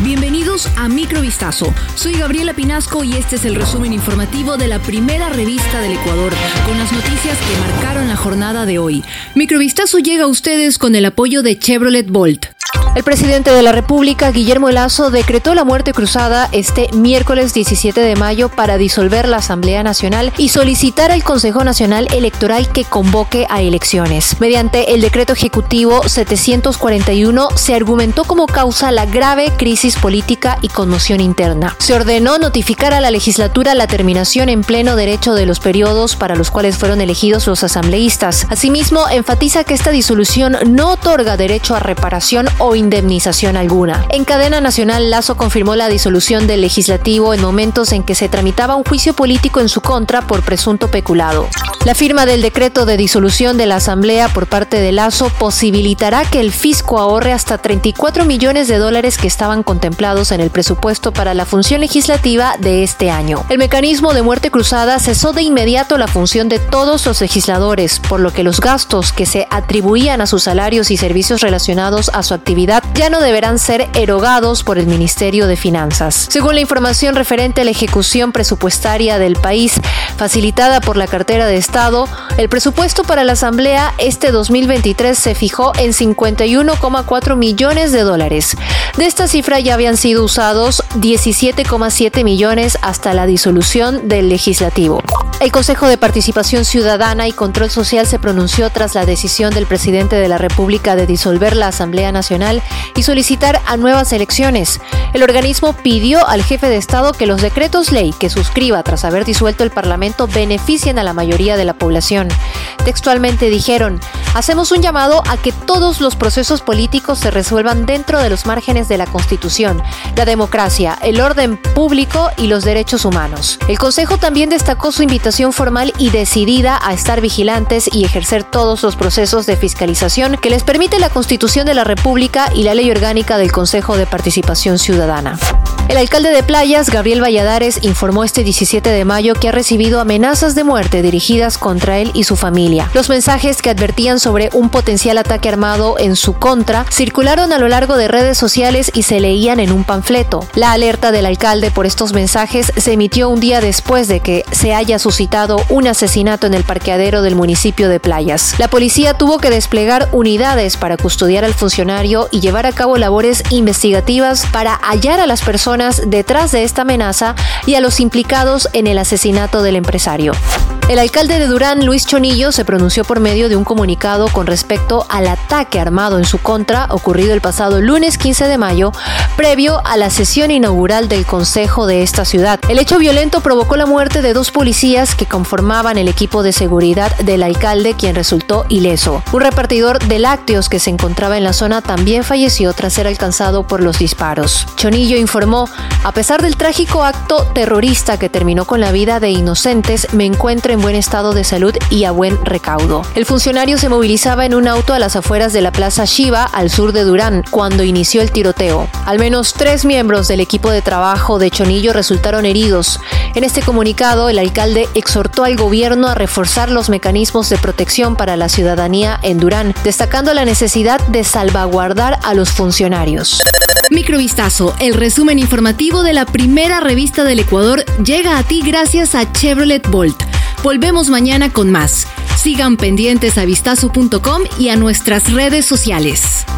Bienvenidos a Microvistazo. Soy Gabriela Pinasco y este es el resumen informativo de la primera revista del Ecuador, con las noticias que marcaron la jornada de hoy. Microvistazo llega a ustedes con el apoyo de Chevrolet Bolt. El presidente de la República, Guillermo Lasso, decretó la muerte cruzada este miércoles 17 de mayo para disolver la Asamblea Nacional y solicitar al Consejo Nacional Electoral que convoque a elecciones. Mediante el decreto ejecutivo 741 se argumentó como causa la grave crisis política y conmoción interna. Se ordenó notificar a la legislatura la terminación en pleno derecho de los periodos para los cuales fueron elegidos los asambleístas. Asimismo, enfatiza que esta disolución no otorga derecho a reparación o indemnización alguna. En cadena nacional, Lasso confirmó la disolución del legislativo en momentos en que se tramitaba un juicio político en su contra por presunto peculado. La firma del decreto de disolución de la Asamblea por parte de Lasso posibilitará que el fisco ahorre hasta $34 millones que estaban contemplados en el presupuesto para la función legislativa de este año. El mecanismo de muerte cruzada cesó de inmediato la función de todos los legisladores, por lo que los gastos que se atribuían a sus salarios y servicios relacionados a su actividad ya no deberán ser erogados por el Ministerio de Finanzas. Según la información referente a la ejecución presupuestaria del país, facilitada por la cartera de Estado, el presupuesto para la Asamblea este 2023 se fijó en $51,4 millones. De esta cifra ya habían sido usados 17,7 millones hasta la disolución del legislativo. El Consejo de Participación Ciudadana y Control Social se pronunció tras la decisión del presidente de la República de disolver la Asamblea Nacional y solicitar a nuevas elecciones. El organismo pidió al jefe de Estado que los decretos ley que suscriba tras haber disuelto el Parlamento beneficien a la mayoría de la población. Textualmente dijeron: hacemos un llamado a que todos los procesos políticos se resuelvan dentro de los márgenes de la Constitución, la democracia, el orden público y los derechos humanos. El Consejo también destacó su invitación formal y decidida a estar vigilantes y ejercer todos los procesos de fiscalización que les permite la Constitución de la República y la Ley Orgánica del Consejo de Participación Ciudadana. El alcalde de Playas, Gabriel Valladares, informó este 17 de mayo que ha recibido amenazas de muerte dirigidas contra él y su familia. Los mensajes que advertían sobre un potencial ataque armado en su contra circularon a lo largo de redes sociales y se leían en un panfleto. La alerta del alcalde por estos mensajes se emitió un día después de que se haya suscitado un asesinato en el parqueadero del municipio de Playas. La policía tuvo que desplegar unidades para custodiar al funcionario y llevar a cabo labores investigativas para hallar a las personas detrás de esta amenaza y a los implicados en el asesinato del empresario. El alcalde de Durán, Luis Chonillo, se pronunció por medio de un comunicado con respecto al ataque armado en su contra ocurrido el pasado lunes 15 de mayo, previo a la sesión inaugural del Consejo de esta ciudad. El hecho violento provocó la muerte de 2 policías que conformaban el equipo de seguridad del alcalde, quien resultó ileso. Un repartidor de lácteos que se encontraba en la zona también falleció tras ser alcanzado por los disparos. Chonillo informó: a pesar del trágico acto terrorista que terminó con la vida de inocentes, me encuentro en buen estado de salud y a buen recaudo. El funcionario se movilizaba en un auto a las afueras de la Plaza Shiva, al sur de Durán, cuando inició el tiroteo. Al menos 3 miembros del equipo de trabajo de Chonillo resultaron heridos. En este comunicado, el alcalde exhortó al gobierno a reforzar los mecanismos de protección para la ciudadanía en Durán, destacando la necesidad de salvaguardar a los funcionarios. Microvistazo, el resumen informativo de la primera revista del Ecuador, llega a ti gracias a Chevrolet Bolt. Volvemos mañana con más. Sigan pendientes a vistazo.com y a nuestras redes sociales.